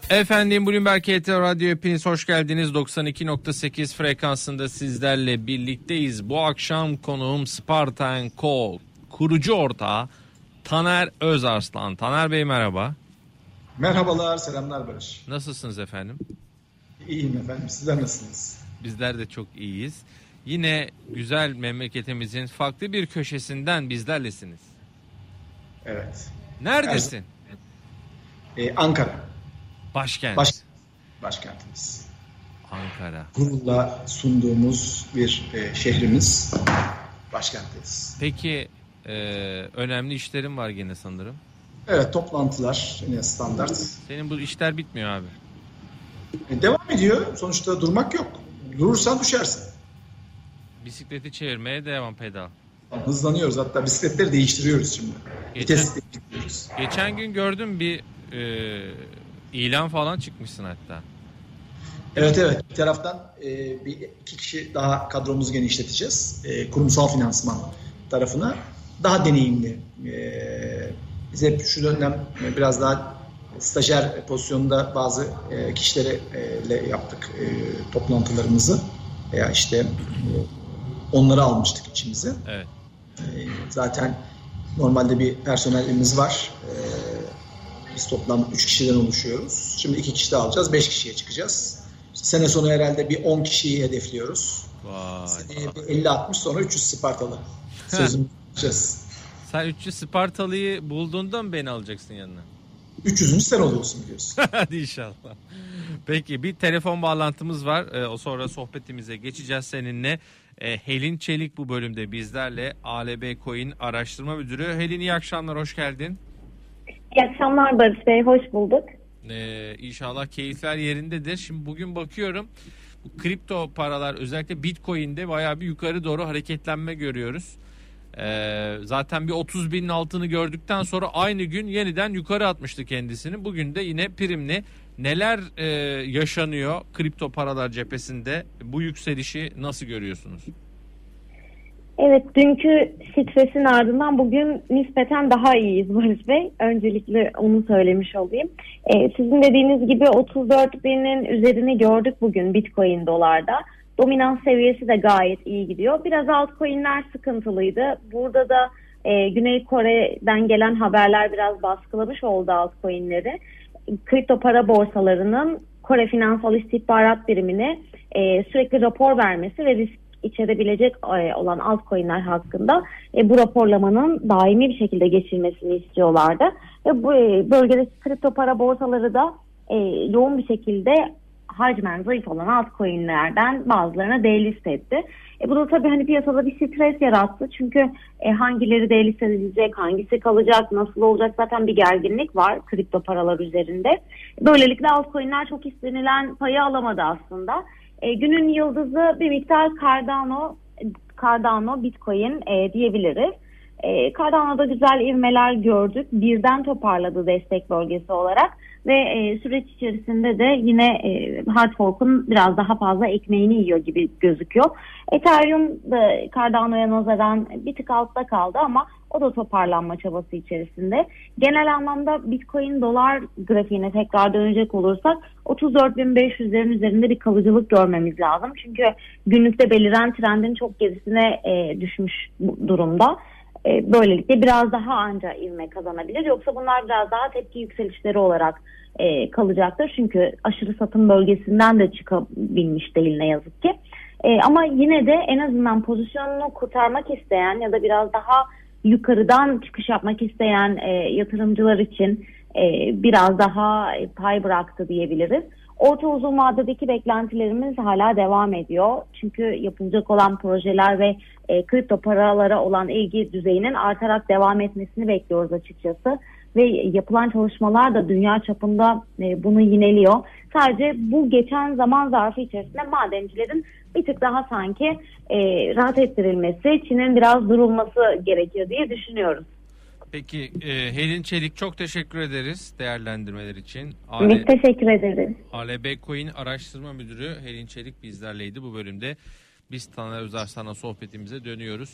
Efendim Bloomberg KT Radyo hepiniz hoş geldiniz. 92.8 frekansında sizlerle birlikteyiz. Bu akşam konuğum Sparta & Co. kurucu ortağı Taner Özarslan. Taner Bey merhaba. Merhabalar, selamlar Barış. Nasılsınız efendim? İyiyim efendim, sizler nasılsınız? Bizler de çok iyiyiz. Yine güzel memleketimizin farklı bir köşesinden bizlerlesiniz. Evet. Neredesin? Ankara. Başkent. Başkentimiz. Ankara. Gururla sunduğumuz bir şehrimiz. Başkentteyiz. Peki önemli işlerim var gene sanırım. Evet, toplantılar yine standart. Senin bu işler bitmiyor abi. Devam ediyor. Sonuçta durmak yok. Durursan düşersin. Bisikleti çevirmeye devam pedal. Hızlanıyoruz, hatta bisikletleri değiştiriyoruz şimdi. Vites değiştiriyoruz. Geçen gün gördüm bir ilan falan çıkmışsın hatta. Evet. Bir taraftan iki kişi daha kadromuzu genişleteceğiz. Kurumsal finansman tarafına. Daha deneyimli. Biz hep şu dönem biraz daha stajyer pozisyonunda bazı kişilerle yaptık toplantılarımızı. Veya işte onları almıştık içimize. Evet. Zaten normalde bir personelimiz var. Biz toplam 3 kişiden oluşuyoruz. Şimdi 2 kişi daha alacağız. 5 kişiye çıkacağız. Sene sonu herhalde bir 10 kişiyi hedefliyoruz. Seneye bir 50-60, sonra 300 Spartalı. Sözümüzü tutacağız. Sen 300 Spartalı'yı bulduğunda mı beni alacaksın yanına? 300. sen oluyorsun biliyorsun. Hadi inşallah. Peki bir telefon bağlantımız var. O sonra sohbetimize geçeceğiz seninle. Helin Çelik bu bölümde bizlerle. ALB Coin Araştırma Müdürü. Helin iyi akşamlar, hoş geldin. İyi akşamlar Barış Bey, hoş bulduk. İnşallah keyifler yerindedir. Şimdi bugün bakıyorum bu kripto paralar özellikle Bitcoin'de bayağı bir yukarı doğru hareketlenme görüyoruz. Zaten bir 30 binin altını gördükten sonra aynı gün yeniden yukarı atmıştı kendisini. Bugün de yine primli. Neler yaşanıyor kripto paralar cephesinde? Bu yükselişi nasıl görüyorsunuz? Evet, dünkü stresin ardından bugün nispeten daha iyiyiz Barış Bey. Öncelikle onu söylemiş olayım. Sizin dediğiniz gibi 34 binin üzerini gördük bugün Bitcoin dolarda. Dominans seviyesi de gayet iyi gidiyor. Biraz altcoin'ler sıkıntılıydı. Burada da Güney Kore'den gelen haberler biraz baskılamış oldu altcoin'leri. Kripto para borsalarının Kore Finansal İstihbarat Birimine sürekli rapor vermesi ve risk içerebilecek olan altcoin'ler hakkında bu raporlamanın daimi bir şekilde geçilmesini istiyorlardı. Ve bu bölgedeki kripto para borsaları da yoğun bir şekilde hacmen zayıf olan altcoin'lerden bazılarına delist etti. Bu da tabii hani piyasada bir stres yarattı. Çünkü hangileri delist edilecek, hangisi kalacak, nasıl olacak, zaten bir gerginlik var kripto paralar üzerinde. Böylelikle altcoin'ler çok istenilen payı alamadı aslında. Günün yıldızı bir miktar Cardano Bitcoin diyebiliriz. Cardano'da güzel ivmeler gördük. Birden toparladı destek bölgesi olarak ve süreç içerisinde de yine hard fork'un biraz daha fazla ekmeğini yiyor gibi gözüküyor. Ethereum da Cardano'ya nazaran bir tık altta kaldı ama o da toparlanma çabası içerisinde. Genel anlamda Bitcoin dolar grafiğine tekrar dönecek olursak 34.500'lerin üzerinde bir kalıcılık görmemiz lazım. Çünkü günlükte beliren trendin çok gerisine düşmüş durumda. Böylelikle biraz daha anca ivme kazanabilir. Yoksa bunlar biraz daha tepki yükselişleri olarak kalacaktır. Çünkü aşırı satım bölgesinden de çıkabilmiş değil ne yazık ki. Ama yine de en azından pozisyonunu kurtarmak isteyen ya da biraz daha yukarıdan çıkış yapmak isteyen yatırımcılar için biraz daha pay bıraktı diyebiliriz. Orta uzun vadedeki beklentilerimiz hala devam ediyor. Çünkü yapılacak olan projeler ve kripto paralara olan ilgi düzeyinin artarak devam etmesini bekliyoruz açıkçası. Ve yapılan çalışmalar da dünya çapında bunu yineliyor. Sadece bu geçen zaman zarfı içerisinde madencilerin bir tık daha sanki rahat ettirilmesi, Çin'in biraz durulması gerekiyor diye düşünüyoruz. Peki Helin Çelik, çok teşekkür ederiz değerlendirmeler için. Biz teşekkür ederiz. ALB Coin Araştırma Müdürü Helin Çelik bizlerleydi bu bölümde. Biz Taner Özarslan'la sohbetimize dönüyoruz.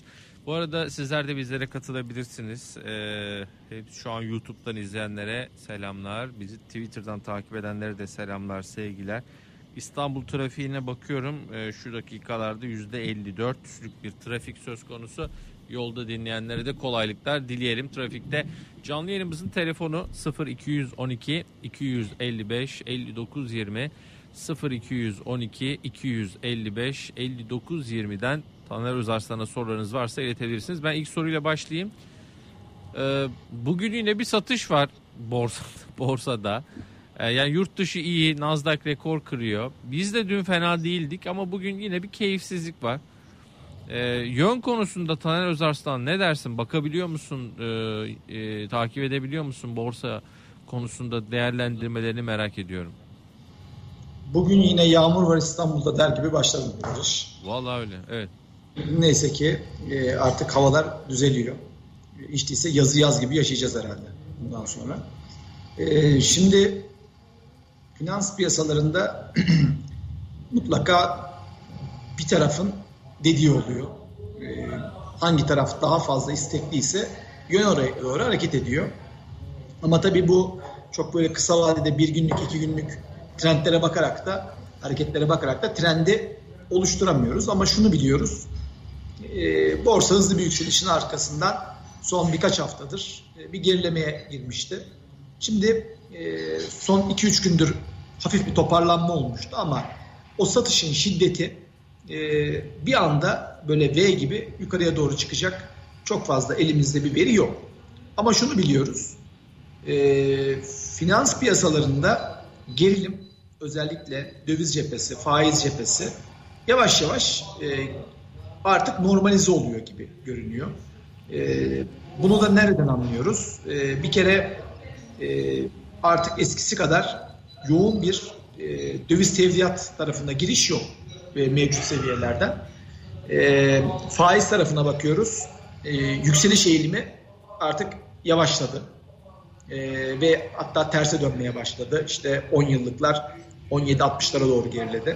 Bu arada sizler de bizlere katılabilirsiniz. Şu an YouTube'dan izleyenlere selamlar. Bizi Twitter'dan takip edenlere de selamlar, sevgiler. İstanbul trafiğine bakıyorum. Şu dakikalarda %54'lük bir trafik söz konusu. Yolda dinleyenlere de kolaylıklar dileyelim trafikte. Canlı yayınımızın telefonu 0212 255 59 20 0212 255 59 20'den Taner Özarslan'a sorularınız varsa iletebilirsiniz. Ben ilk soruyla başlayayım. Bugün yine bir satış var borsada. Yani yurt dışı iyi, Nasdaq rekor kırıyor. Biz de dün fena değildik ama bugün yine bir keyifsizlik var. Yön konusunda Taner Özarslan ne dersin? Bakabiliyor musun? Takip edebiliyor musun? Borsa konusunda değerlendirmelerini merak ediyorum. Bugün yine yağmur var İstanbul'da der gibi başladı bu yarış. Vallahi öyle, evet. Neyse ki artık havalar düzeliyor. Hiç değilse yazı yaz gibi yaşayacağız herhalde bundan sonra. Şimdi finans piyasalarında mutlaka bir tarafın dediği oluyor. Hangi taraf daha fazla istekliyse yön oraya doğru hareket ediyor. Ama tabii bu çok böyle kısa vadede 1 günlük, 2 günlük trendlere bakarak da, hareketlere bakarak da trendi oluşturamıyoruz. Ama şunu biliyoruz. Borsa hızlı bir yükselişin arkasından son birkaç haftadır bir gerilemeye girmişti. Şimdi son 2-3 gündür hafif bir toparlanma olmuştu ama o satışın şiddeti bir anda böyle V gibi yukarıya doğru çıkacak çok fazla elimizde bir veri yok. Ama şunu biliyoruz. Finans piyasalarında gerilim, özellikle döviz cephesi, faiz cephesi yavaş yavaş artık normalize oluyor gibi görünüyor. Bunu da nereden anlıyoruz? Bir kere artık eskisi kadar yoğun bir döviz tevdiat tarafında giriş yok mevcut seviyelerden. Faiz tarafına bakıyoruz. Yükseliş eğilimi artık yavaşladı. Ve hatta terse dönmeye başladı. İşte 10 yıllıklar 17-60'lara doğru geriledi.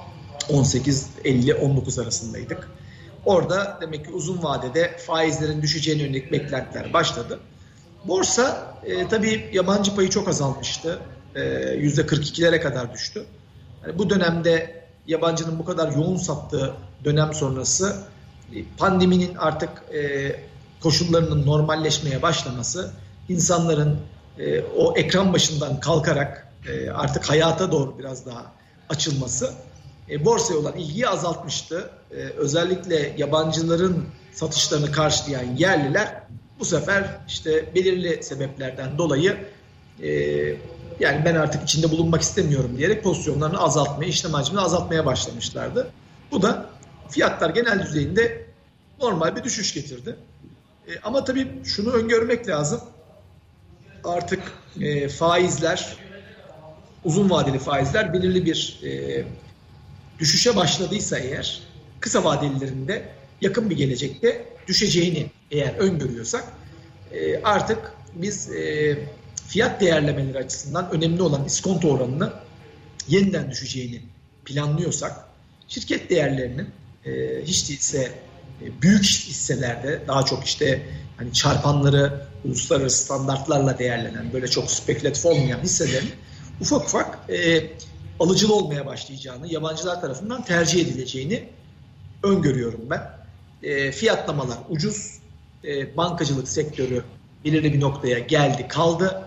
18-50-19 arasındaydık. Orada demek ki uzun vadede faizlerin düşeceğine yönelik beklentiler başladı. Borsa tabii yabancı payı çok azalmıştı. %42'lere kadar düştü. Yani bu dönemde yabancının bu kadar yoğun sattığı dönem sonrası pandeminin artık koşullarının normalleşmeye başlaması, insanların o ekran başından kalkarak artık hayata doğru biraz daha açılması borsaya olan ilgiyi azaltmıştı. Özellikle yabancıların satışlarını karşılayan yerliler bu sefer işte belirli sebeplerden dolayı yani ben artık içinde bulunmak istemiyorum diyerek pozisyonlarını azaltmaya, işlem hacmini azaltmaya başlamışlardı. Bu da fiyatlar genel düzeyinde normal bir düşüş getirdi. Ama tabii şunu öngörmek lazım. Artık faizler, uzun vadeli faizler belirli bir düşüşe başladıysa eğer, kısa vadelilerinde yakın bir gelecekte düşeceğini eğer öngörüyorsak artık biz fiyat değerlemeleri açısından önemli olan iskonto oranını yeniden düşeceğini planlıyorsak, şirket değerlerinin hiç değilse büyük hisselerde daha çok işte hani çarpanları uluslararası standartlarla değerlenen, böyle çok spekülatif olmayan hisselerin ufak ufak alıcılı olmaya başlayacağını, yabancılar tarafından tercih edileceğini öngörüyorum ben. Fiyatlamalar ucuz, bankacılık sektörü belirli bir noktaya geldi, kaldı.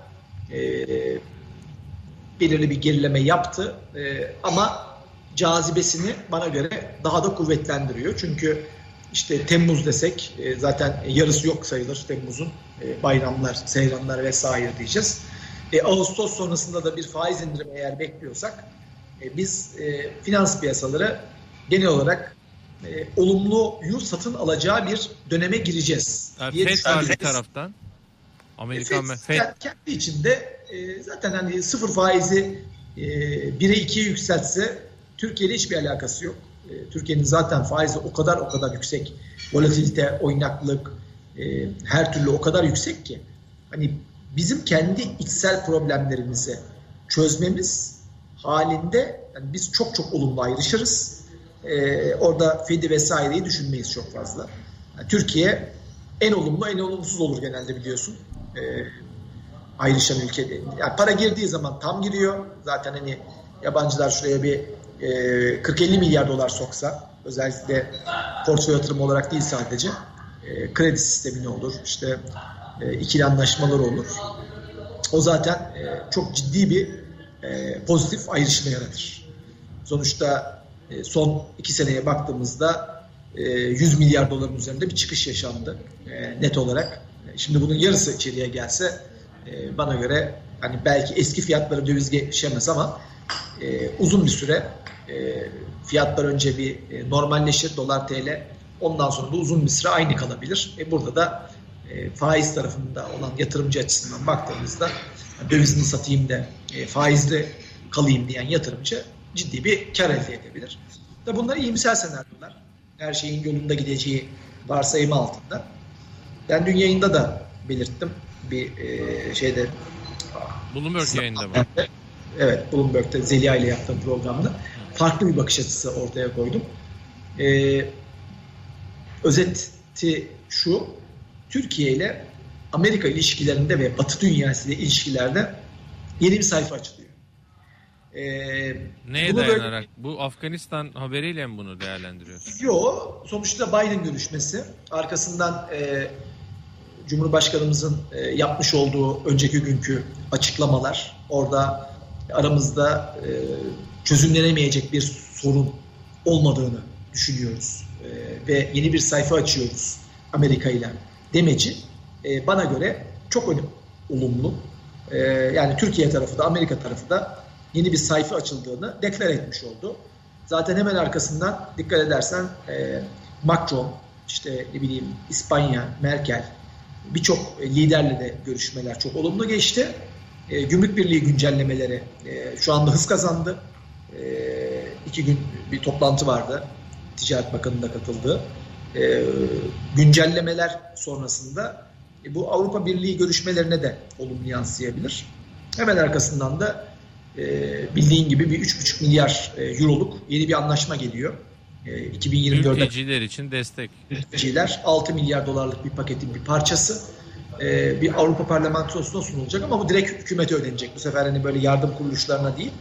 Belirli bir gerileme yaptı ama cazibesini bana göre daha da kuvvetlendiriyor. Çünkü işte Temmuz desek zaten yarısı yok sayılır Temmuz'un, bayramlar, seyranlar vesaire diyeceğiz. Ağustos sonrasında da bir faiz indirimi eğer bekliyorsak biz finans piyasaları genel olarak olumluyu satın alacağı bir döneme gireceğiz. FED var bir taraftan. Amerikan FED kendi içinde zaten hani sıfır faizi 1'e 2'ye yükseltse Türkiye ile hiçbir alakası yok. Türkiye'nin zaten faizi o kadar yüksek. Volatilite, oynaklık her türlü o kadar yüksek ki hani bizim kendi içsel problemlerimizi çözmemiz halinde yani biz çok olumlu ayrışırız. Orada Fed'i vesaireyi düşünmeyiz çok fazla. Yani Türkiye en olumlu en olumsuz olur genelde biliyorsun. Ayrışan ülkede. Yani para girdiği zaman tam giriyor. Zaten hani yabancılar şuraya bir 40-50 milyar dolar soksa, özellikle portföy yatırımı olarak değil sadece, kredi sistemi ne olur, işte ikili anlaşmalar olur. O zaten çok ciddi bir pozitif ayrışma yaratır. Sonuçta son 2 seneye baktığımızda 100 milyar doların üzerinde bir çıkış yaşandı net olarak. Şimdi bunun yarısı içeriye gelse bana göre hani belki eski fiyatları döviz geçemez ama uzun bir süre fiyatlar önce bir normalleşir, dolar TL, ondan sonra da uzun bir süre aynı kalabilir. Burada da faiz tarafında olan yatırımcı açısından baktığımızda dövizini satayım da faizli kalayım diyen yatırımcı ciddi bir kar elde edebilir. Bunlar iyimser senaryolar. Her şeyin yolunda gideceği varsayımı altında. Ben dün yayında da belirttim. Bir şeyde Bloomberg yayında mı? Evet, Bloomberg'te Zeliha ile yaptığım programda farklı bir bakış açısı ortaya koydum. Özeti şu: Türkiye ile Amerika ilişkilerinde ve Batı dünyası ile ilişkilerde yeni bir sayfa açılıyor. Neye dayanarak? Bu Afganistan haberiyle mi bunu değerlendiriyorsun? Yok. Sonuçta Biden görüşmesi. Arkasından Cumhurbaşkanımızın yapmış olduğu önceki günkü açıklamalar. Orada aramızda çözümlenemeyecek bir sorun olmadığını düşünüyoruz. Ve yeni bir sayfa açıyoruz Amerika ile demeci bana göre çok olumlu. Yani Türkiye tarafı da Amerika tarafı da yeni bir sayfa açıldığını deklar etmiş oldu. Zaten hemen arkasından dikkat edersen Macron, işte ne bileyim İspanya, Merkel, birçok liderle de görüşmeler çok olumlu geçti. Gümrük Birliği güncellemeleri şu anda hız kazandı. 2 gün bir toplantı vardı. Ticaret Bakanı'nın da katıldığı. Güncellemeler sonrasında bu Avrupa Birliği görüşmelerine de olumlu yansıyabilir. Hemen arkasından da bildiğin gibi bir 3,5 milyar euroluk yeni bir anlaşma geliyor. 2024'de mülteciler için destek. Mülteciler 6 milyar dolarlık bir paketin bir parçası. Bir Avrupa Parlamentosu'na sunulacak ama bu direkt hükümete ödenecek. Bu sefer hani böyle yardım kuruluşlarına değil.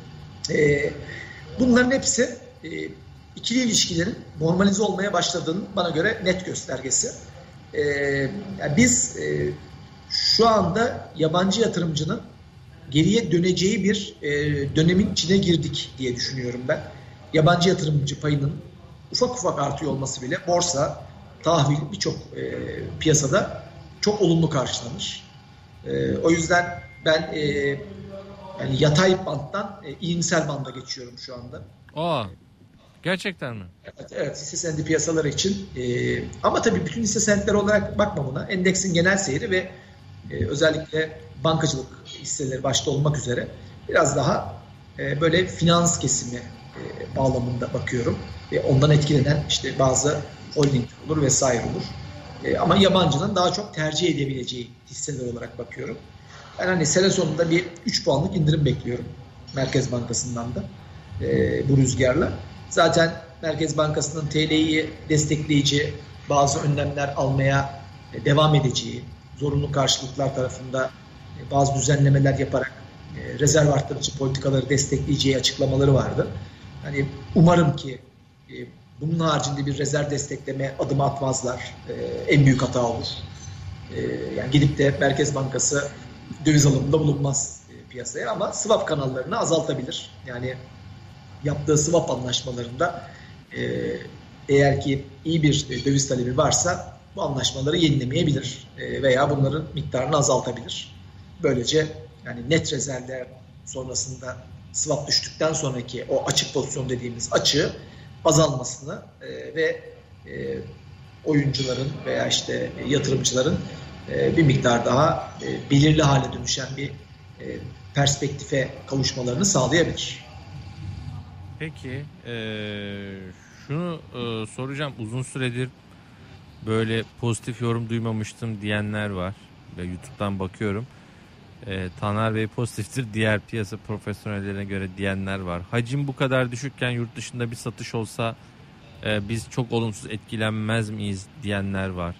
Bunların hepsi ikili ilişkilerin normalize olmaya başladığının bana göre net göstergesi. Yani biz şu anda yabancı yatırımcının geriye döneceği bir dönemin içine girdik diye düşünüyorum ben. Yabancı yatırımcı payının ufak ufak artıyor olması bile borsa, tahvil, birçok piyasada çok olumlu karşılanır. O yüzden ben yani yatay banttan iyimser banda geçiyorum şu anda. Gerçekten mi? Evet, hisse senedi piyasaları için. Ama tabii bütün hisse senetleri olarak bakma buna. Endeksin genel seyri ve özellikle bankacılık hisseleri başta olmak üzere biraz daha böyle finans kesimi bağlamında bakıyorum. Ve ondan etkilenen işte bazı holding olur vesaire olur. Ama yabancının daha çok tercih edebileceği hisseler olarak bakıyorum. Ben hani sene sonunda bir 3 puanlık indirim bekliyorum Merkez Bankası'ndan da bu rüzgarla. Zaten Merkez Bankası'nın TL'yi destekleyici bazı önlemler almaya devam edeceği, zorunlu karşılıklar tarafında bazı düzenlemeler yaparak rezerv arttırıcı politikaları destekleyeceği açıklamaları vardı. Hani umarım ki bunun haricinde bir rezerv destekleme adımı atmazlar. En büyük hata olur. Yani gidip de Merkez Bankası döviz alımında bulunmaz piyasaya ama swap kanallarını azaltabilir. Yani yaptığı swap anlaşmalarında eğer ki iyi bir döviz talebi varsa bu anlaşmaları yenilemeyebilir veya bunların miktarını azaltabilir. Böylece yani net rezervler sonrasında swap düştükten sonraki o açık pozisyon dediğimiz açığı azalmasını ve oyuncuların veya işte yatırımcıların bir miktar daha belirli hale dönüşen bir perspektife kavuşmalarını sağlayabilir. Peki şunu soracağım, uzun süredir böyle pozitif yorum duymamıştım diyenler var ve YouTube'dan bakıyorum. Taner Bey pozitiftir diğer piyasa profesyonellerine göre diyenler var. Hacim bu kadar düşükken yurt dışında bir satış olsa Biz çok olumsuz etkilenmez miyiz diyenler var.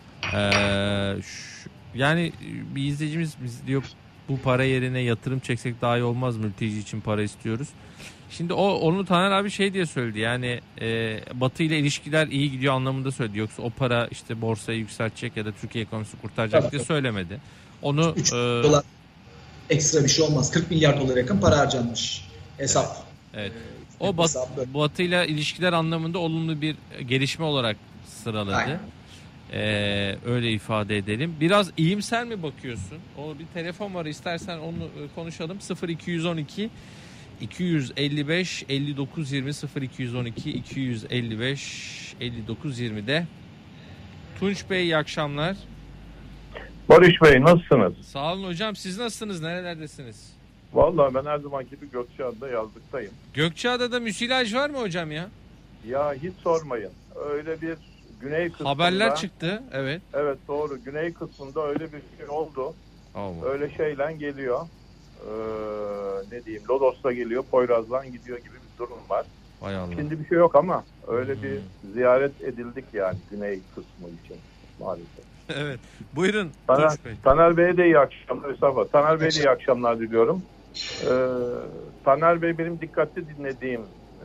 Yani bir izleyicimiz diyor bu para yerine yatırım çeksek daha iyi olmaz, mülteci için para istiyoruz. Şimdi onu Taner abi şey diye söyledi, yani Batı ile ilişkiler iyi gidiyor anlamında söyledi. Yoksa o para işte borsayı yükseltecek ya da Türkiye ekonomisini kurtaracak diye söylemedi. Onu dolar ekstra bir şey olmaz. 40 milyar dolara yakın para harcanmış hesap. Evet. O Batı ile ilişkiler anlamında olumlu bir gelişme olarak sıraladı. Öyle ifade edelim. Biraz iyimser mi bakıyorsun? O bir telefon var, istersen onu konuşalım. 0212 255 59 20 0212 255 59 20'de. Tunç Bey iyi akşamlar. Barış Bey nasılsınız? Sağ olun hocam, siz nasılsınız? Nerelerdesiniz? Vallahi ben her zaman gibi Gökçeada'da yazlıktayım. Gökçeada'da müsilaj var mı hocam ya? Ya hiç sormayın. Öyle bir güney kısmında. Haberler çıktı, evet. Evet doğru, güney kısmında öyle bir şey oldu. Allah. Öyle şeyle geliyor. Ne diyeyim, Lodos'ta geliyor, Poyraz'dan gidiyor gibi bir durum var. Hay Allah. Şimdi bir şey yok ama öyle bir ziyaret edildik yani güney kısmı için maalesef. Evet. Buyurun Tunç Bey. Taner Bey'e de iyi akşamlar. Taner Bey'e de iyi akşamlar diliyorum. Taner Bey benim dikkatli dinlediğim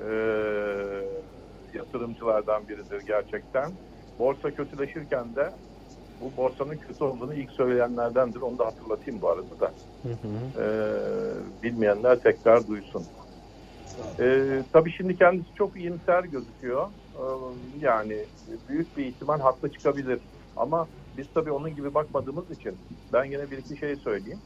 yatırımcılardan biridir gerçekten. Borsa kötüleşirken de bu borsanın kötü olduğunu ilk söyleyenlerdendir. Onu da hatırlatayım bu arada da. Bilmeyenler tekrar duysun. Tabii şimdi kendisi çok iyimser gözüküyor. Yani büyük bir ihtimal haklı çıkabilir. Ama biz tabii onun gibi bakmadığımız için ben yine bir iki şey söyleyeyim.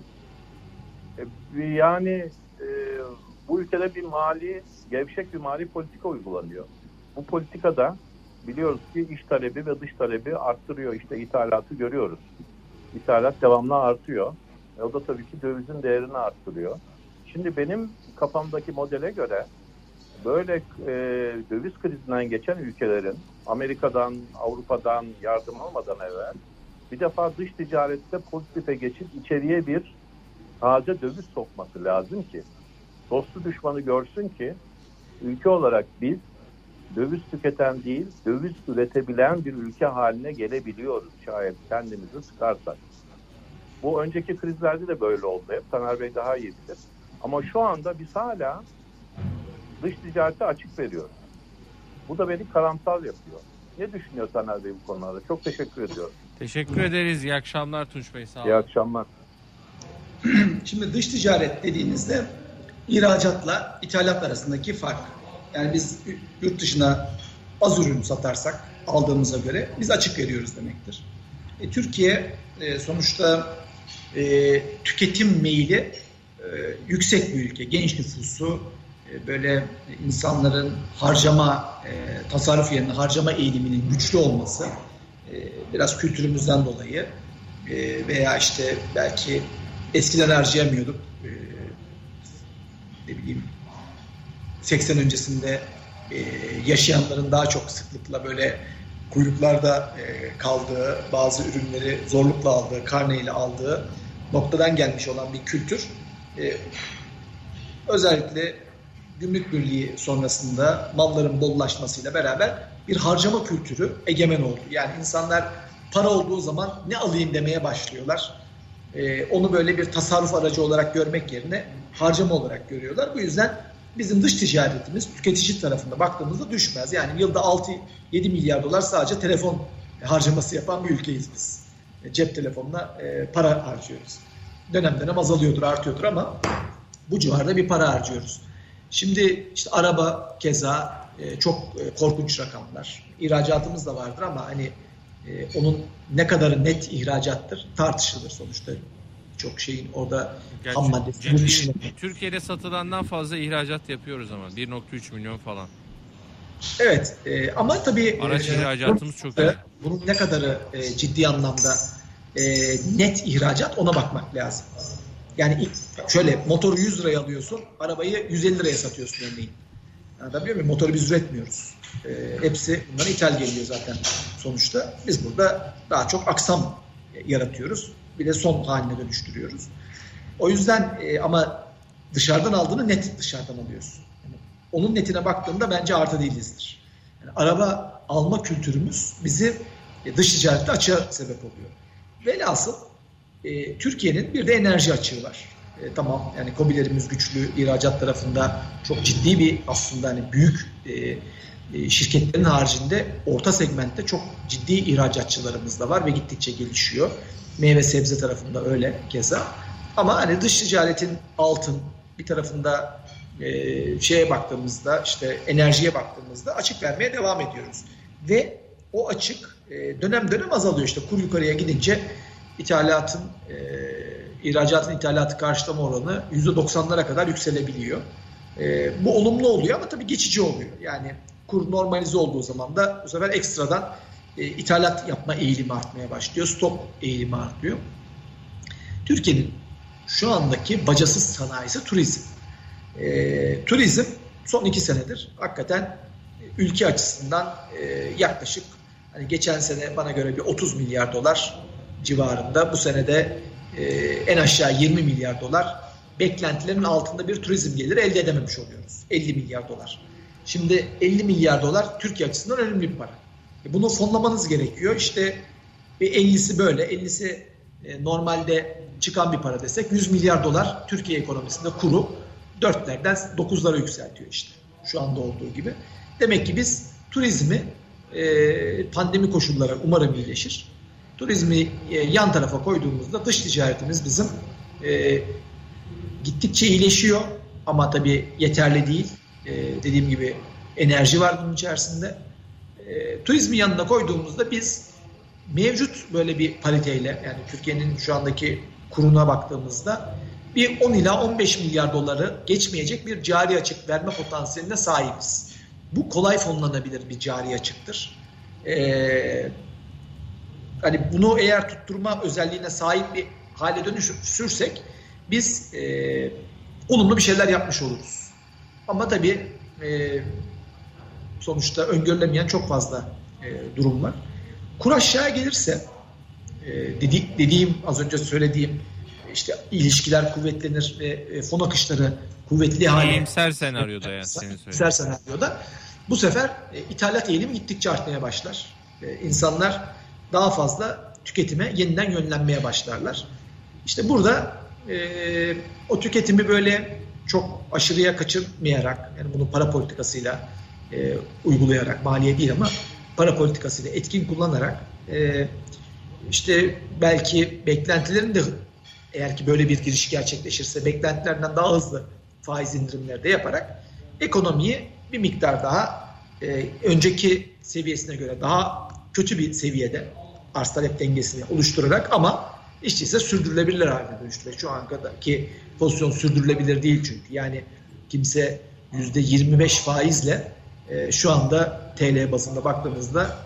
Yani bu ülkede gevşek bir mali politika uygulanıyor. Bu politikada biliyoruz ki iç talebi ve dış talebi arttırıyor. İşte ithalatı görüyoruz. İthalat devamlı artıyor. O da tabii ki dövizin değerini arttırıyor. Şimdi benim kafamdaki modele göre böyle döviz krizinden geçen ülkelerin Amerika'dan, Avrupa'dan yardım almadan evvel bir defa dış ticarette pozitife geçip içeriye bir taze döviz sokması lazım ki dostu düşmanı görsün ki ülke olarak biz döviz tüketen değil, döviz üretebilen bir ülke haline gelebiliyoruz şayet kendimizi sıkarsak. Bu önceki krizlerde de böyle oldu. Hep Taner Bey daha iyi bilir. Ama şu anda biz hala dış ticarete açık veriyoruz. Bu da beni karamsar yapıyor. Ne düşünüyor Taner Bey bu konularda? Çok teşekkür ediyorum. Teşekkür ederiz. İyi akşamlar Tunç Bey. Sağ olun. İyi akşamlar. Şimdi dış ticaret dediğinizde ihracatla ithalat arasındaki fark. Yani biz yurt dışına az ürün satarsak aldığımıza göre biz açık veriyoruz demektir. Türkiye sonuçta tüketim meyili yüksek bir ülke. Genç nüfusu, böyle insanların harcama, tasarruf yerine harcama eğiliminin güçlü olması biraz kültürümüzden dolayı veya işte belki eskiden harcayamıyorduk. Ne bileyim 80 öncesinde yaşayanların daha çok sıklıkla böyle kuyruklarda kaldığı, bazı ürünleri zorlukla aldığı, karneyle aldığı noktadan gelmiş olan bir kültür. Özellikle Gümrük Birliği sonrasında malların bollaşmasıyla beraber bir harcama kültürü egemen oldu. Yani insanlar para olduğu zaman ne alayım demeye başlıyorlar. Onu böyle bir tasarruf aracı olarak görmek yerine harcama olarak görüyorlar. Bu yüzden bizim dış ticaretimiz tüketici tarafında baktığımızda düşmez. Yani yılda 6-7 milyar dolar sadece telefon harcaması yapan bir ülkeyiz biz. Cep telefonuna para harcıyoruz. Dönem dönem azalıyordur, artıyordur ama bu civarda bir para harcıyoruz. Şimdi işte araba keza çok korkunç rakamlar. İhracatımız da vardır ama hani onun ne kadarı net ihracattır tartışılır sonuçta. Çok şeyin orada ham maddesi. Türkiye'de satılandan fazla ihracat yapıyoruz ama 1.3 milyon falan. Evet ama tabii araç ihracatımız çok iyi. Bunun ne kadarı ciddi anlamda net ihracat ona bakmak lazım. Yani şöyle motoru 100 liraya alıyorsun, arabayı 150 liraya satıyorsun örneğin. Anlatabiliyor muyum? Motoru biz üretmiyoruz. Hepsi bundan ithal geliyor zaten sonuçta. Biz burada daha çok aksam yaratıyoruz. Bir de son haline dönüştürüyoruz. O yüzden ama dışarıdan aldığını net dışarıdan alıyorsun. Yani onun netine baktığında bence artı değilizdir. Yani araba alma kültürümüz bizi dış ticarette açığa sebep oluyor. Velhasıl Türkiye'nin bir de enerji açığı var. Tamam, yani KOBİ'lerimiz güçlü, ihracat tarafında çok ciddi bir, aslında hani büyük şirketlerin haricinde orta segmentte çok ciddi ihracatçılarımız da var ve gittikçe gelişiyor. Meyve sebze tarafında öyle keza. Ama hani dış ticaretin altın bir tarafında şeye baktığımızda, işte enerjiye baktığımızda açık vermeye devam ediyoruz. Ve o açık dönem dönem azalıyor. İşte kur yukarıya gidince ihracatın ithalatı karşılama oranı %90'lara kadar yükselebiliyor. Bu olumlu oluyor ama tabii geçici oluyor. Yani kur normalize olduğu zaman da bu sefer ekstradan ithalat yapma eğilimi artmaya başlıyor. Stok eğilimi artıyor. Türkiye'nin şu andaki bacasız sanayisi turizm. Turizm son 2 senedir hakikaten ülke açısından yaklaşık, hani geçen sene bana göre bir 30 milyar dolar civarında, bu senede en aşağı 20 milyar dolar beklentilerin altında bir turizm geliri elde edememiş oluyoruz. 50 milyar dolar. Şimdi 50 milyar dolar Türkiye açısından önemli bir para. Bunu fonlamanız gerekiyor. İşte bir 50'si böyle, 50'si normalde çıkan bir para desek 100 milyar dolar Türkiye ekonomisinde kuru 4'lerden 9'lara yükseltiyor işte. Şu anda olduğu gibi. Demek ki biz turizmi pandemi koşulları umarım iyileşir. Turizmi yan tarafa koyduğumuzda dış ticaretimiz bizim gittikçe iyileşiyor. Ama tabii yeterli değil. Dediğim gibi enerji var bunun içerisinde. Turizmi yanına koyduğumuzda biz mevcut böyle bir pariteyle, yani Türkiye'nin şu andaki kuruna baktığımızda bir 10 ila 15 milyar doları geçmeyecek bir cari açık verme potansiyeline sahibiz. Bu kolay fonlanabilir bir cari açıktır. Hani bunu eğer tutturma özelliğine sahip bir hale dönüştürürsek biz olumlu bir şeyler yapmış oluruz. Ama tabii sonuçta öngörülemeyen çok fazla durum var. Kur aşağı gelirse dediğim, az önce söylediğim işte ilişkiler kuvvetlenir ve fon akışları kuvvetli hale. İyimser senaryoda yani senin söylediğin. İyimser senaryoda bu sefer ithalat eğilimi gittikçe artmaya başlar. İnsanlar daha fazla tüketime yeniden yönlenmeye başlarlar. İşte burada o tüketimi böyle çok aşırıya kaçırmayarak, yani bunu para politikasıyla uygulayarak, maliye değil ama para politikasıyla etkin kullanarak işte belki beklentilerin de, eğer ki böyle bir giriş gerçekleşirse beklentilerden daha hızlı faiz indirimleri de yaparak ekonomiyi bir miktar daha önceki seviyesine göre daha kötü bir seviyede arz talep dengesini oluşturarak ama işte ise sürdürülebilir haline dönüştürmek. Şu andaki pozisyon sürdürülebilir değil çünkü. Yani kimse %25 faizle şu anda TL bazında baktığımızda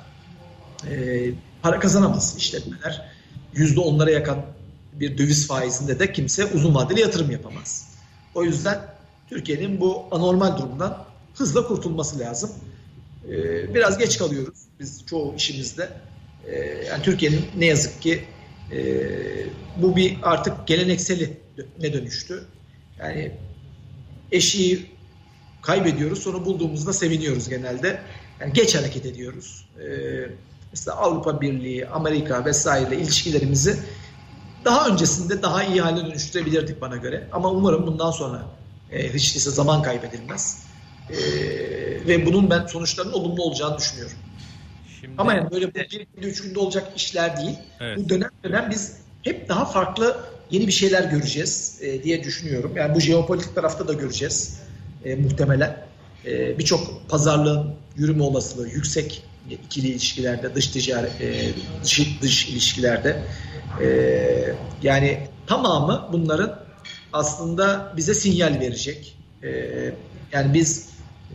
para kazanamaz işletmeler. %10'lara yakın bir döviz faizinde de kimse uzun vadeli yatırım yapamaz. O yüzden Türkiye'nin bu anormal durumdan hızla kurtulması lazım. Biraz geç kalıyoruz biz çoğu işimizde. Yani Türkiye'nin ne yazık ki bu bir artık gelenekseli ne dönüştü. Yani eşiği kaybediyoruz, sonra bulduğumuzda seviniyoruz genelde. Yani geç hareket ediyoruz. Mesela Avrupa Birliği, Amerika vesaire ilişkilerimizi daha öncesinde daha iyi hale dönüştürebilirdik bana göre. Ama umarım bundan sonra hiç değilse zaman kaybedilmez. Ve bunun ben sonuçlarının olumlu olacağını düşünüyorum. Şimdi, ama yani böyle bu 1-3 günde olacak işler değil. Evet. Bu dönem biz hep daha farklı yeni bir şeyler göreceğiz diye düşünüyorum. Yani bu jeopolitik tarafta da göreceğiz muhtemelen. Birçok pazarlığın yürüme olasılığı yüksek ikili ilişkilerde, dış ilişkilerde. Yani tamamı bunların aslında bize sinyal verecek. Yani biz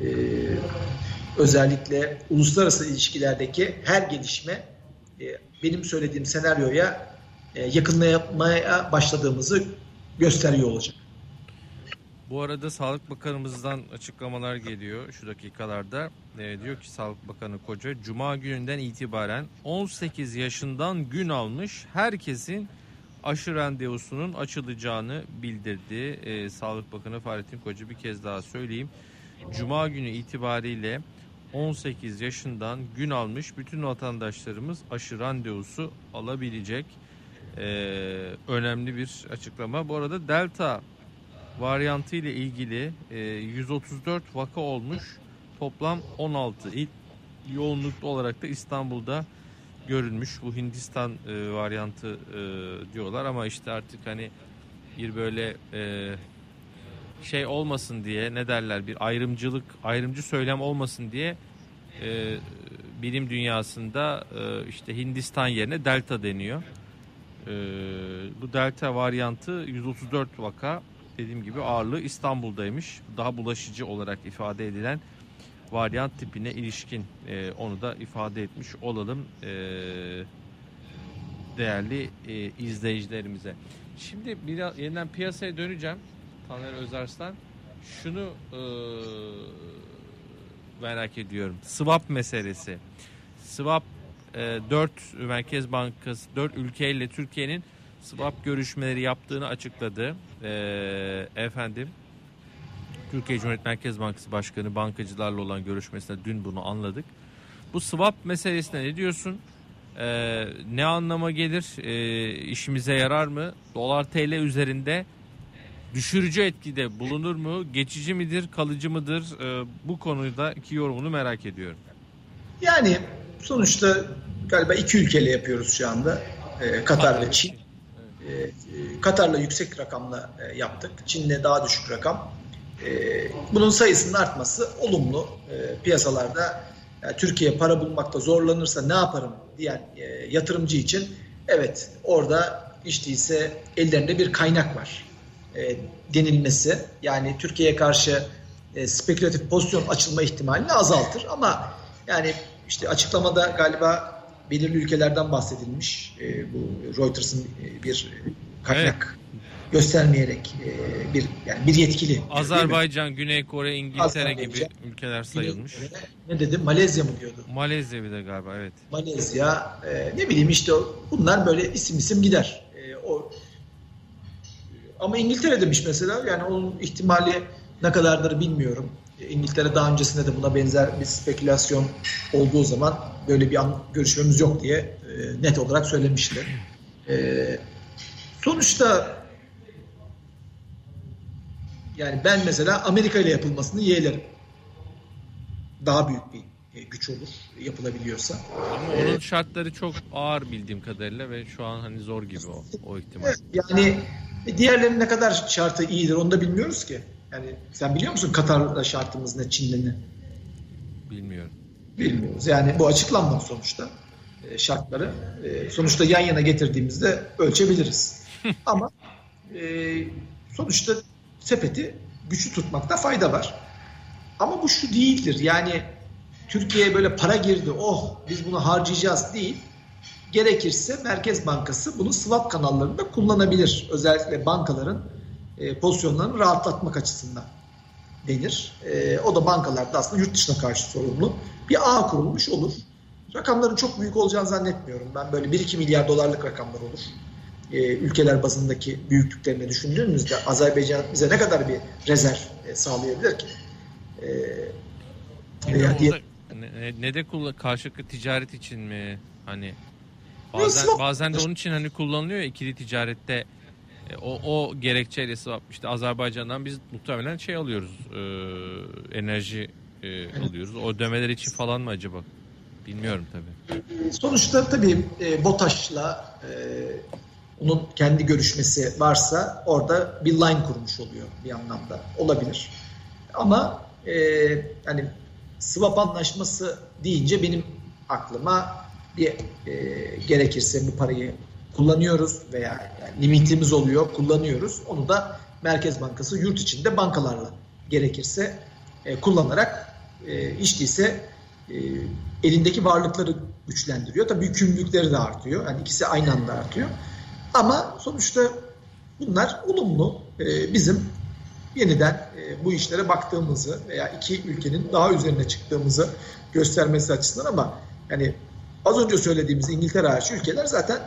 özellikle uluslararası ilişkilerdeki her gelişme benim söylediğim senaryoya yakınlamaya başladığımızı gösteriyor olacak. Bu arada Sağlık Bakanımızdan açıklamalar geliyor şu dakikalarda. Diyor ki Sağlık Bakanı Koca, Cuma gününden itibaren 18 yaşından gün almış herkesin aşı randevusunun açılacağını bildirdi. Sağlık Bakanı Fahrettin Koca, bir kez daha söyleyeyim. Cuma günü itibariyle 18 yaşından gün almış bütün vatandaşlarımız aşı randevusu alabilecek. Önemli bir açıklama. Bu arada Delta varyantı ile ilgili 134 vaka olmuş. Toplam 16 il yoğunluklu olarak da İstanbul'da görülmüş. Bu Hindistan varyantı diyorlar ama işte artık hani bir böyle şey olmasın diye, ne derler, bir ayrımcı söylem olmasın diye bilim dünyasında işte Hindistan yerine Delta deniyor. Bu Delta varyantı 134 vaka, dediğim gibi ağırlığı İstanbul'daymış. Daha bulaşıcı olarak ifade edilen varyant tipine ilişkin onu da ifade etmiş olalım değerli izleyicilerimize. Şimdi biraz yeniden piyasaya döneceğim. Taner Özarslan, şunu merak ediyorum. Swap meselesi. Swap 4 Merkez Bankası 4 ülkeyle Türkiye'nin swap görüşmeleri yaptığını açıkladı. Türkiye Cumhuriyet Merkez Bankası Başkanı bankacılarla olan görüşmesinde dün bunu anladık. Bu swap meselesine ne diyorsun? Ne anlama gelir? İşimize yarar mı? Dolar TL üzerinde düşürücü etkide bulunur mu? Geçici midir? Kalıcı mıdır? Bu konudaki yorumunu merak ediyorum. Yani sonuçta galiba iki ülkeyle yapıyoruz şu anda. Katar ve Çin. Katar'la yüksek rakamla yaptık. Çin'le daha düşük rakam. Bunun sayısının artması olumlu. Piyasalarda yani Türkiye para bulmakta zorlanırsa ne yaparım diyen yatırımcı için evet, orada hiç değilse ellerinde bir kaynak var denilmesi. Yani Türkiye'ye karşı spekülatif pozisyon açılma ihtimalini azaltır ama yani işte açıklamada galiba belirli ülkelerden bahsedilmiş. Bu Reuters'ın bir kaynak göstermeyerek bir yetkili. Azerbaycan, Güney Kore, İngiltere gibi ülkeler sayılmış. Ne dedi? Malezya mı diyordu? Malezya bir de galiba, evet. Malezya, ne bileyim işte bunlar böyle isim gider. Ama İngiltere demiş mesela, yani onun ihtimali ne kadardır bilmiyorum. İngiltere daha öncesinde de buna benzer bir spekülasyon olduğu zaman böyle bir görüşmemiz yok diye net olarak söylemişti. Sonuçta yani ben mesela Amerika ile yapılmasını yeğlerim. Daha büyük bir güç olur yapılabiliyorsa. Ama onun şartları çok ağır bildiğim kadarıyla ve şu an hani zor gibi o ihtimal. Yani diğerlerinin ne kadar şartı iyidir onu da bilmiyoruz ki. Yani sen biliyor musun Katar'la şartımız ne, Çin'le ne? Bilmiyorum. Bilmiyoruz. Yani bu açıklanmadı sonuçta şartları. Sonuçta yan yana getirdiğimizde ölçebiliriz. Ama sonuçta sepeti güçlü tutmakta fayda var. Ama bu şu değildir. Yani Türkiye'ye böyle para girdi, biz bunu harcayacağız değil. Gerekirse Merkez Bankası bunu swap kanallarında kullanabilir. Özellikle bankaların pozisyonlarını rahatlatmak açısından denir. O da bankalarda aslında yurt dışına karşı sorumlu bir ağ kurulmuş olur. Rakamların çok büyük olacağını zannetmiyorum. Ben böyle 1-2 milyar dolarlık rakamlar olur. Ülkeler bazındaki büyüklüklerini düşündüğümüzde Azerbaycan bize ne kadar bir rezerv sağlayabilir ki? Ne de karşılıklı ticaret için mi? Hani bazen de onun için hani kullanılıyor ya, ikili ticarette o gerekçeyle swap. İşte Azerbaycan'dan biz muhtemelen alıyoruz, enerji alıyoruz. O ödemeler için falan mı acaba? Bilmiyorum tabii. Sonuçta tabii BOTAŞ'la onun kendi görüşmesi varsa orada bir line kurmuş oluyor bir anlamda. Olabilir. Ama yani swap anlaşması deyince benim aklıma bir gerekirse bu parayı kullanıyoruz veya yani limitimiz oluyor, kullanıyoruz. Onu da Merkez Bankası yurt içinde bankalarla gerekirse kullanarak hiç değilse elindeki varlıkları güçlendiriyor. Tabii yükümlülükleri de artıyor. Yani ikisi aynı anda artıyor. Ama sonuçta bunlar olumlu. Bizim yeniden bu işlere baktığımızı veya iki ülkenin daha üzerine çıktığımızı göstermesi açısından, ama yani az önce söylediğimiz İngiltere hariç ülkeler zaten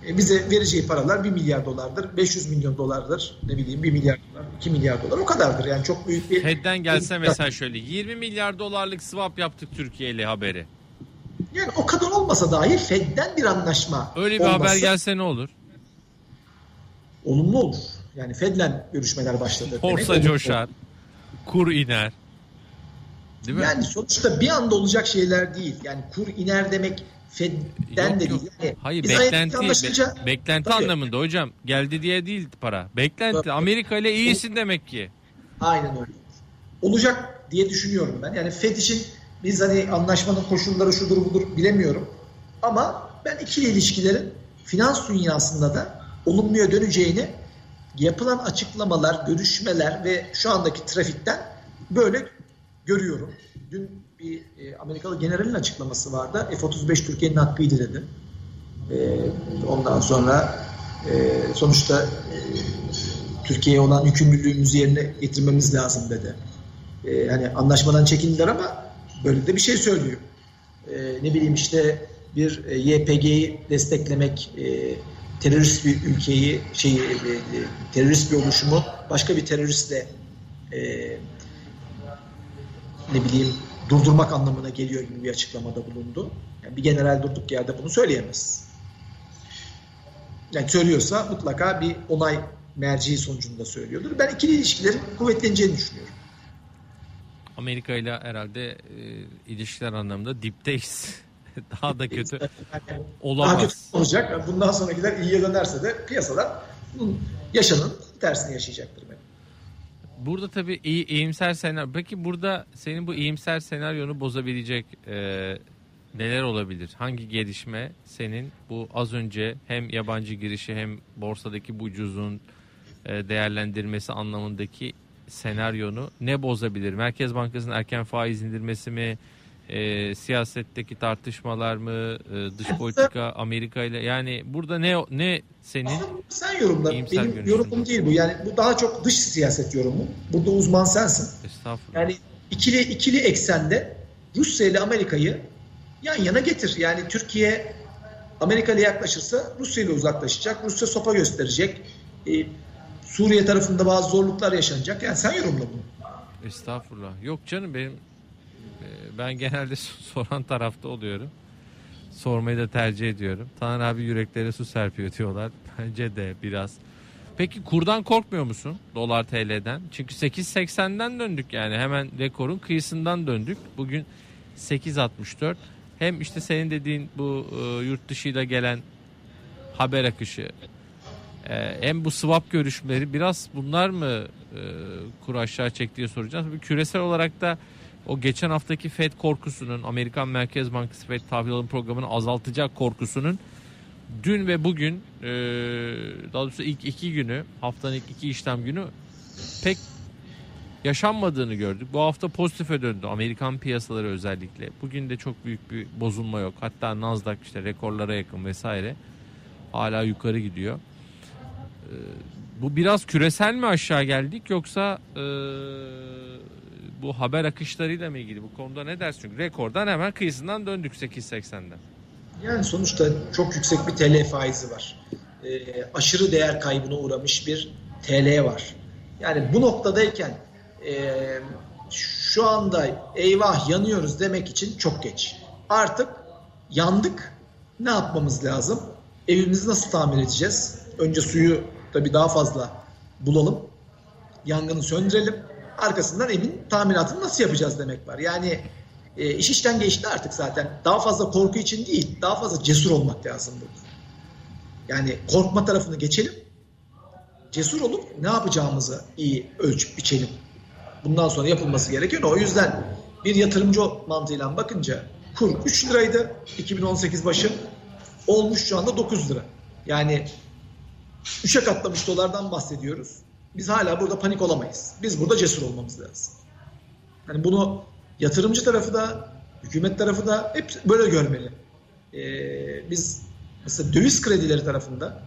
Bize vereceği paralar 1 milyar dolardır, 500 milyon dolardır, ne bileyim 1 milyar dolar, 2 milyar dolar, o kadardır. Yani çok büyük bir... Fed'den gelse mesela şöyle 20 milyar dolarlık swap yaptık Türkiye'li haberi. Yani o kadar olmasa dahi Fed'den bir anlaşma öyle bir haber gelse ne olur? Olumlu olur. Yani Fed'le görüşmeler başladı. Borsa coşar, kur iner. Değil mi? Yani sonuçta bir anda olacak şeyler değil. Yani kur iner demek Fed'den yok, de değil. Yani hayır, beklenti anlamında hocam. Geldi diye değil para. Beklenti. Tabii. Amerika ile iyisin demek ki. Aynen öyle. Olacak diye düşünüyorum ben. Yani Fed için biz hani anlaşmanın koşulları şudur budur bilemiyorum. Ama ben ikili ilişkilerin finans dünyasında da olumluya döneceğini yapılan açıklamalar, görüşmeler ve şu andaki trafikten böyle görüyorum. Dün bir Amerikalı generalin açıklaması vardı. F-35 Türkiye'nin hakkıydı dedi. Ondan sonra sonuçta Türkiye'ye olan yükümlülüğümüzü yerine getirmemiz lazım dedi. Hani anlaşmadan çekindiler ama böyle de bir şey söylüyor. Ne bileyim işte bir YPG'yi desteklemek, terörist bir ülkeyi, terörist bir oluşumu başka bir teröristle ne bileyim durdurmak anlamına geliyor gibi bir açıklamada bulundu. Yani bir general durduk yerde bunu söyleyemez. Yani söylüyorsa mutlaka bir onay merci sonucunda söylüyordur. Ben ikili ilişkilerin kuvvetleneceğini düşünüyorum. Amerika ile herhalde ilişkiler anlamında dipteyiz. Daha da kötü olamaz. Daha kötü olacak. Bundan sonrakiler iyiye dönerse de piyasalar yaşanın tersini yaşayacaktır. Burada tabii iyimser senaryo. Peki burada senin bu iyimser senaryonu bozabilecek neler olabilir? Hangi gelişme senin bu az önce hem yabancı girişi hem borsadaki bu ucuzun değerlendirmesi anlamındaki senaryonu ne bozabilir? Merkez Bankası'nın erken faiz indirmesi mi? Siyasetteki tartışmalar mı? Dış politika Amerika ile, yani burada ne senin? Sen yorumla. Benim yorumum değil bu. Yani bu daha çok dış siyaset yorumu. Burada uzman sensin. Estağfurullah. Yani ikili eksende Rusya ile Amerika'yı yan yana getir. Yani Türkiye Amerika ile yaklaşırsa Rusya ile uzaklaşacak. Rusya sopa gösterecek. Suriye tarafında bazı zorluklar yaşanacak. Yani sen yorumla bunu. Estağfurullah. Yok canım, ben genelde soran tarafta oluyorum. Sormayı da tercih ediyorum. Taner abi yüreklere su serpiyor diyorlar. Bence de biraz. Peki kurdan korkmuyor musun? Dolar TL'den. Çünkü 8.80'den döndük yani. Hemen rekorun kıyısından döndük. Bugün 8.64. Hem işte senin dediğin bu yurt dışıyla gelen haber akışı, hem bu swap görüşmeleri, biraz bunlar mı kuru aşağı çek diye soracağız. Bir küresel olarak da o geçen haftaki Fed korkusunun, Amerikan Merkez Bankası Fed tahvil alım programını azaltacak korkusunun dün ve bugün, daha doğrusu ilk 2 günü, haftanın ilk 2 işlem günü pek yaşanmadığını gördük. Bu hafta pozitife döndü Amerikan piyasaları özellikle. Bugün de çok büyük bir bozulma yok. Hatta Nasdaq işte rekorlara yakın vesaire. Hala yukarı gidiyor. Bu biraz küresel mi aşağı geldik, yoksa bu haber akışlarıyla mı ilgili? Bu konuda ne dersin? Çünkü rekordan hemen kıyısından döndük 8.80'den. Yani sonuçta çok yüksek bir TL faizi var. Aşırı değer kaybına uğramış bir TL var. Yani bu noktadayken şu anda eyvah yanıyoruz demek için çok geç. Artık yandık. Ne yapmamız lazım? Evimizi nasıl tamir edeceğiz? Önce suyu tabii daha fazla bulalım. Yangını söndürelim. Arkasından evin tamiratını nasıl yapacağız demek var. Yani iş işten geçti artık zaten. Daha fazla korku için değil, daha fazla cesur olmak lazım burada. Yani korkma tarafını geçelim. Cesur olup ne yapacağımızı iyi ölçüp biçelim. Bundan sonra yapılması gereken o. O yüzden bir yatırımcı mantığıyla bakınca kur 3 liraydı 2018 başı. Olmuş şu anda 9 lira. Yani 3'e katlamış dolardan bahsediyoruz. Biz hala burada panik olamayız. Biz burada cesur olmamız lazım. Yani bunu yatırımcı tarafı da, hükümet tarafı da hep böyle görmeli. Biz mesela döviz kredileri tarafında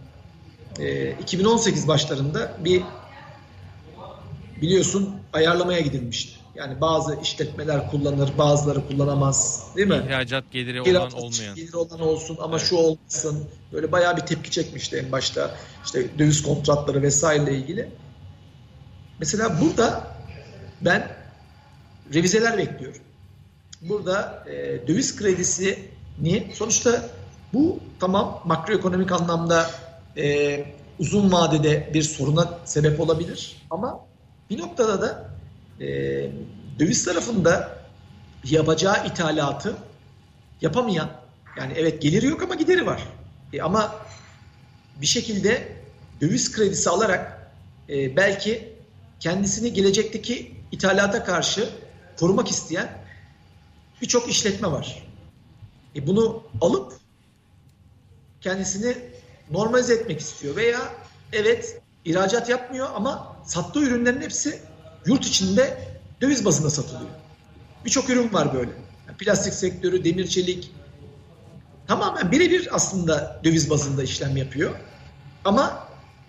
2018 başlarında bir biliyorsun ayarlamaya gidilmişti. Yani bazı işletmeler kullanır, bazıları kullanamaz, değil mi? İhracat geliri olan olmayan. Geliri olan olsun ama şu olmasın. Böyle bayağı bir tepki çekmişti en başta. İşte döviz kontratları vesaireyle ilgili. Mesela burada ben revizeler bekliyorum. Burada döviz kredisini sonuçta bu tamam makroekonomik anlamda uzun vadede bir soruna sebep olabilir ama bir noktada da döviz tarafında yapacağı ithalatı yapamayan, yani evet geliri yok ama gideri var. Ama bir şekilde döviz kredisi alarak belki kendisini gelecekteki ithalata karşı korumak isteyen birçok işletme var. Bunu alıp kendisini normalize etmek istiyor veya evet ihracat yapmıyor ama sattığı ürünlerin hepsi yurt içinde döviz bazında satılıyor. Birçok ürün var böyle. Yani plastik sektörü, demir çelik tamamen birebir aslında döviz bazında işlem yapıyor. Ama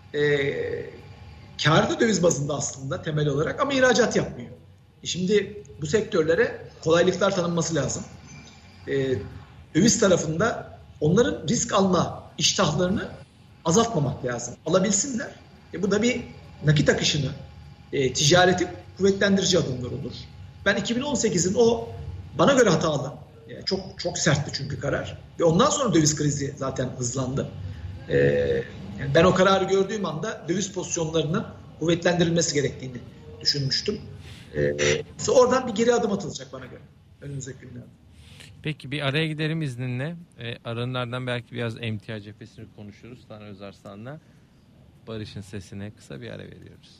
kârı da döviz bazında aslında temel olarak ama ihracat yapmıyor. Şimdi bu sektörlere kolaylıklar tanınması lazım. Döviz tarafında onların risk alma iştahlarını azaltmamak lazım. Alabilsinler. Bu da bir nakit akışını, ticareti kuvvetlendirici adımlar olur. Ben 2018'in o bana göre hatalı, yani çok sertti çünkü karar. Ve ondan sonra döviz krizi zaten hızlandı. Yani ben o kararı gördüğüm anda döviz pozisyonlarının kuvvetlendirilmesi gerektiğini düşünmüştüm. Oradan bir geri adım atılacak bana göre önümüzdeki günlerde. Peki bir araya gidelim izninle. Aranlardan belki biraz emtia cephesini konuşuruz. Taner Özarslan'la Barış'ın sesine kısa bir ara veriyoruz.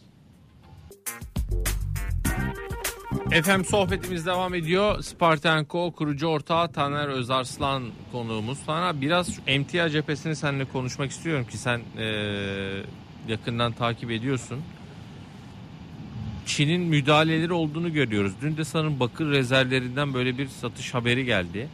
Efendim sohbetimiz devam ediyor. Spartenko kurucu ortağı Taner Özarslan konuğumuz. Taner biraz emtia cephesini seninle konuşmak istiyorum ki sen yakından takip ediyorsun. Çin'in müdahaleleri olduğunu görüyoruz. Dün de sanırım bakır rezervlerinden böyle bir satış haberi geldi.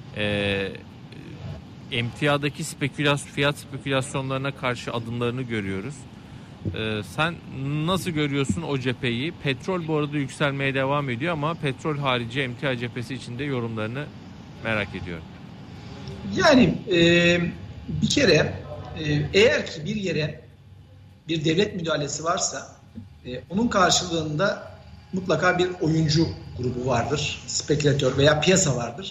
Emtiadaki fiyat spekülasyonlarına karşı adımlarını görüyoruz. Sen nasıl görüyorsun o cepheyi? Petrol bu arada yükselmeye devam ediyor ama petrol harici emtia cephesi içinde yorumlarını merak ediyorum. Yani bir kere eğer ki bir yere bir devlet müdahalesi varsa onun karşılığında mutlaka bir oyuncu grubu vardır, spekülatör veya piyasa vardır.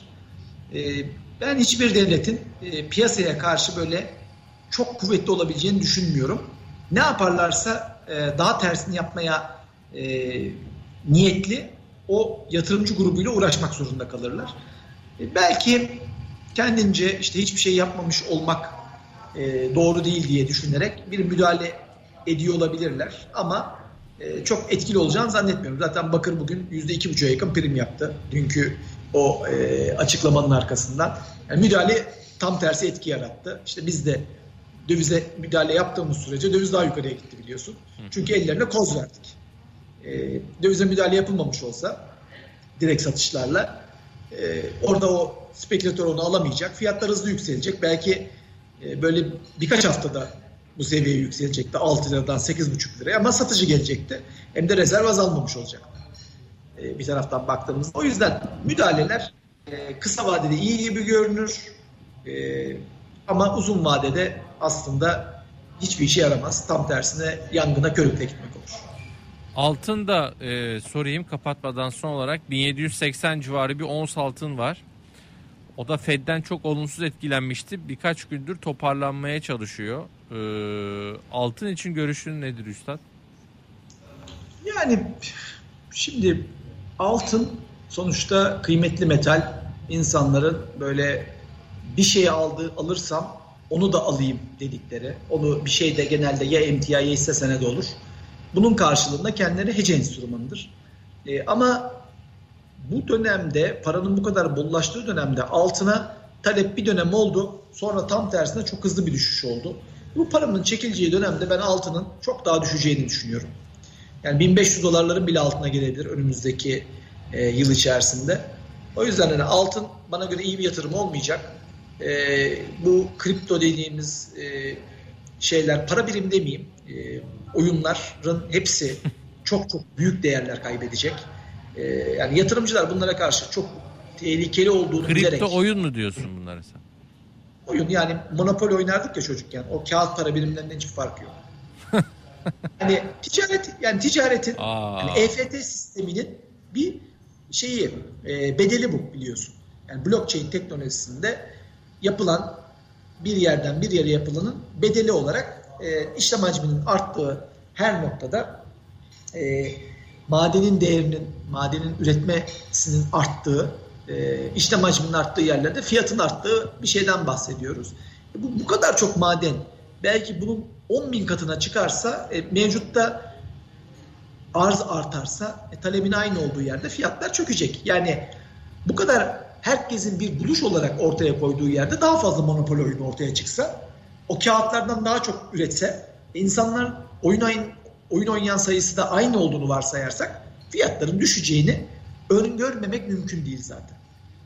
Ben hiçbir devletin piyasaya karşı böyle çok kuvvetli olabileceğini düşünmüyorum. Ne yaparlarsa daha tersini yapmaya niyetli o yatırımcı grubuyla uğraşmak zorunda kalırlar. Belki kendince işte hiçbir şey yapmamış olmak doğru değil diye düşünerek bir müdahale ediyor olabilirler ama çok etkili olacağını zannetmiyorum. Zaten bakır bugün %2,5'a yakın prim yaptı. Dünkü o açıklamanın arkasından. Yani müdahale tam tersi etki yarattı. İşte biz de dövize müdahale yaptığımız sürece döviz daha yukarıya gitti biliyorsun. Çünkü ellerine koz verdik. Dövize müdahale yapılmamış olsa direkt satışlarla orada o spekülatör onu alamayacak. Fiyatlar hızlı yükselecek. Belki böyle birkaç haftada bu seviyeye yükselecekti. 6 liradan 8,5 liraya ama satıcı gelecekti. Hem de rezerv azalmamış olacaktı. Bir taraftan baktığımızda. O yüzden müdahaleler kısa vadede iyi gibi görünür. Ama uzun vadede aslında hiçbir işe yaramaz. Tam tersine yangına körükle gitmek olur. Altın da sorayım kapatmadan son olarak 1780 civarı bir ons altın var. O da Fed'den çok olumsuz etkilenmişti. Birkaç gündür toparlanmaya çalışıyor. Altın için görüşün nedir Üstad? Yani şimdi altın sonuçta kıymetli metal. İnsanların böyle bir şeyi alırsam onu da alayım dedikleri. Onu bir şeyde genelde ya emtia ya hisse senedi olur. Bunun karşılığında kendileri hece enstrümanıdır. Ama bu dönemde paranın bu kadar bollaştığı dönemde altına talep bir dönem oldu. Sonra tam tersine çok hızlı bir düşüş oldu. Bu paranın çekileceği dönemde ben altının çok daha düşeceğini düşünüyorum. Yani 1500 dolarların bile altına gelebilir önümüzdeki yıl içerisinde. O yüzden yani altın bana göre iyi bir yatırım olmayacak. Bu kripto dediğimiz şeyler, para birim demeyeyim, oyunların hepsi çok çok büyük değerler kaybedecek. Yani yatırımcılar bunlara karşı çok tehlikeli olduğunu bilerek. Kripto oyun mu diyorsun bunlara sen? Oyun, yani Monopoly oynardık ya çocukken. O kağıt para birimlerinden hiçbir farkı yok. Ticaretin yani EFT sisteminin bir şeyi, bedeli bu, biliyorsun. Yani blockchain teknolojisinde yapılan, bir yerden bir yere yapılanın bedeli olarak işlem hacminin arttığı her noktada madenin değerinin, madenin üretmesinin arttığı, işlem hacminin arttığı yerlerde fiyatın arttığı bir şeyden bahsediyoruz. Bu kadar çok maden belki bunun 10.000 katına çıkarsa, mevcutta arz artarsa, talebin aynı olduğu yerde fiyatlar çökecek. Yani bu kadar herkesin bir buluş olarak ortaya koyduğu yerde daha fazla monopoli oyunu ortaya çıksa, o kağıtlardan daha çok üretse, insanlar oyun oynayan sayısı da aynı olduğunu varsayarsak fiyatların düşeceğini öngörmemek mümkün değil zaten.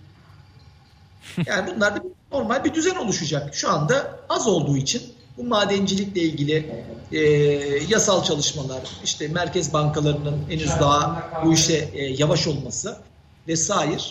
Yani bunlarda normal bir düzen oluşacak. Şu anda az olduğu için bu madencilikle ilgili yasal çalışmalar, işte merkez bankalarının henüz daha bu işe yavaş olması vesaire.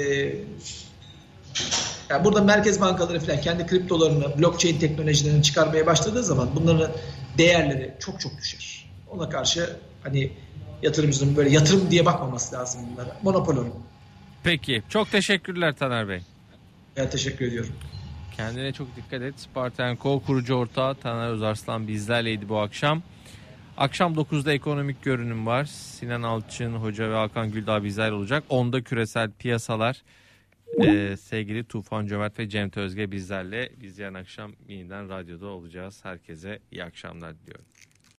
Yani burada merkez bankaları falan kendi kriptolarını, blockchain teknolojilerini çıkarmaya başladığı zaman bunların değerleri çok çok düşer. Ona karşı hani yatırımcının böyle yatırım diye bakmaması lazım bunlara. Monopoli. Peki. Çok teşekkürler Taner Bey. Ben teşekkür ediyorum. Kendine çok dikkat et. Spartan Co kurucu ortağı Taner Özarslan bizlerleydi bu akşam. Akşam 9'da ekonomik görünüm var. Sinan Alçın Hoca ve Hakan Güldağ bizler olacak. 10'da küresel piyasalar. Sevgili Tufan Cömert ve Cem Özge bizlerle. Biz yarın akşam yeniden radyoda olacağız. Herkese iyi akşamlar diliyorum.